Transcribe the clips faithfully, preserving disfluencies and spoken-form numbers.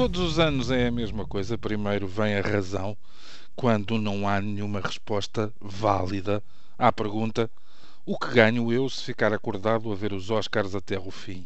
Todos os anos é a mesma coisa. Primeiro vem a razão, quando não há nenhuma resposta válida à pergunta: o que ganho eu se ficar acordado a ver os Oscars até ao fim?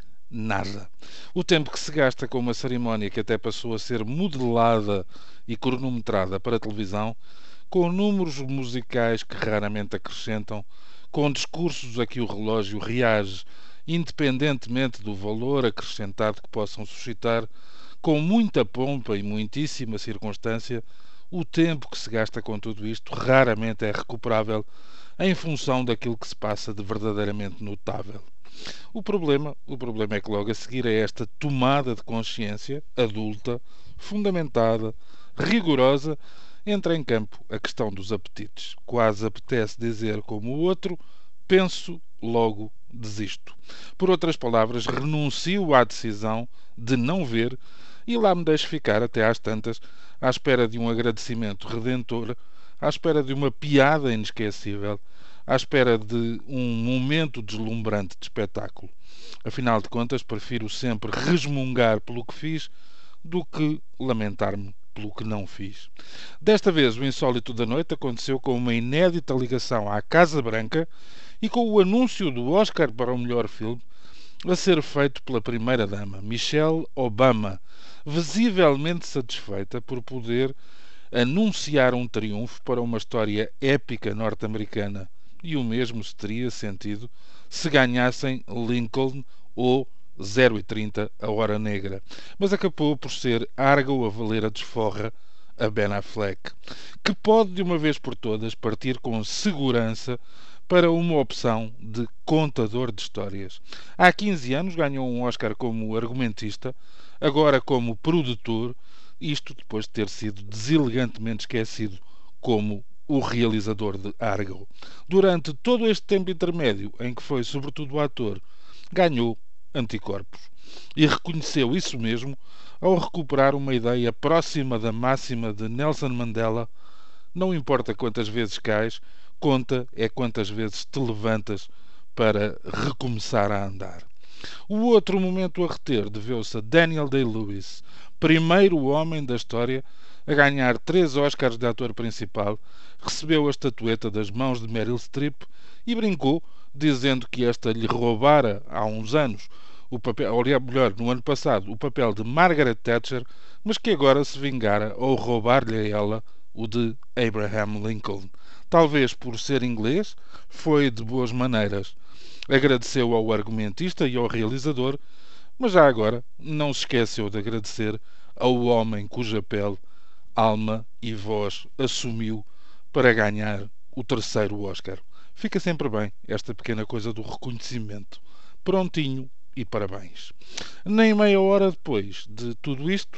Nada. O tempo que se gasta com uma cerimónia que até passou a ser modelada e cronometrada para a televisão, com números musicais que raramente acrescentam, com discursos a que o relógio reage, independentemente do valor acrescentado que possam suscitar, com muita pompa e muitíssima circunstância, o tempo que se gasta com tudo isto raramente é recuperável em função daquilo que se passa de verdadeiramente notável. O problema, o problema é que logo a seguir a esta tomada de consciência adulta, fundamentada, rigorosa, entra em campo a questão dos apetites. Quase apetece dizer como o outro: penso, logo desisto. Por outras palavras, renuncio à decisão de não ver e lá me deixo ficar até às tantas, à espera de um agradecimento redentor, à espera de uma piada inesquecível, à espera de um momento deslumbrante de espetáculo. Afinal de contas, prefiro sempre resmungar pelo que fiz do que lamentar-me pelo que não fiz. Desta vez, o insólito da noite aconteceu com uma inédita ligação à Casa Branca e com o anúncio do Oscar para o melhor filme a ser feito pela primeira-dama, Michelle Obama, visivelmente satisfeita por poder anunciar um triunfo para uma história épica norte-americana. E o mesmo se teria sentido se ganhassem Lincoln ou zero e trinta a Hora Negra. Mas acabou por ser Argo a valer a desforra a Ben Affleck, que pode de uma vez por todas partir com segurança para uma opção de contador de histórias. Há quinze anos ganhou um Oscar como argumentista, agora como produtor, isto depois de ter sido deselegantemente esquecido como o realizador de Argo. Durante todo este tempo intermédio, em que foi sobretudo ator, ganhou anticorpos. E reconheceu isso mesmo ao recuperar uma ideia próxima da máxima de Nelson Mandela: não importa quantas vezes cais, conta é quantas vezes te levantas para recomeçar a andar. O outro momento a reter deveu-se a Daniel Day-Lewis, primeiro homem da história a ganhar três Oscars de ator principal, recebeu a estatueta das mãos de Meryl Streep e brincou, dizendo que esta lhe roubara há uns anos o papel, ou melhor, no ano passado, o papel de Margaret Thatcher, mas que agora se vingara ao roubar-lhe a ela o de Abraham Lincoln. Talvez por ser inglês, foi de boas maneiras. Agradeceu ao argumentista e ao realizador, mas já agora não se esqueceu de agradecer ao homem cuja pele, alma e voz assumiu para ganhar o terceiro Oscar. Fica sempre bem esta pequena coisa do reconhecimento. Prontinho e parabéns. Nem meia hora depois de tudo isto,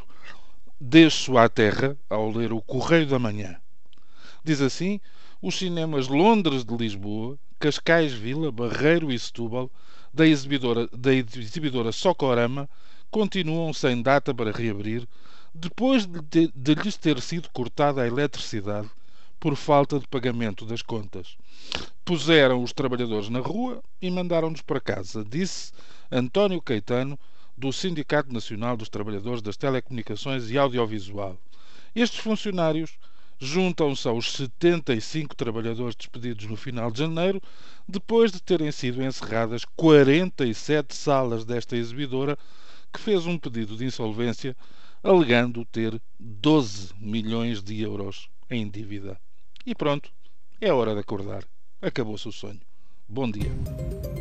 desço à terra ao ler o Correio da Manhã. Diz assim: os cinemas Londres de Lisboa, Cascais Vila, Barreiro e Setúbal, da exibidora, da exibidora Socorama, continuam sem data para reabrir, depois de, de lhes ter sido cortada a eletricidade por falta de pagamento das contas. Puseram os trabalhadores na rua e mandaram-nos para casa, disse António Caetano, do Sindicato Nacional dos Trabalhadores das Telecomunicações e Audiovisual. Estes funcionários juntam-se aos setenta e cinco trabalhadores despedidos no final de janeiro, depois de terem sido encerradas quarenta e sete salas desta exibidora, que fez um pedido de insolvência, alegando ter doze milhões de euros em dívida. E pronto, é hora de acordar. Acabou-se o sonho. Bom dia.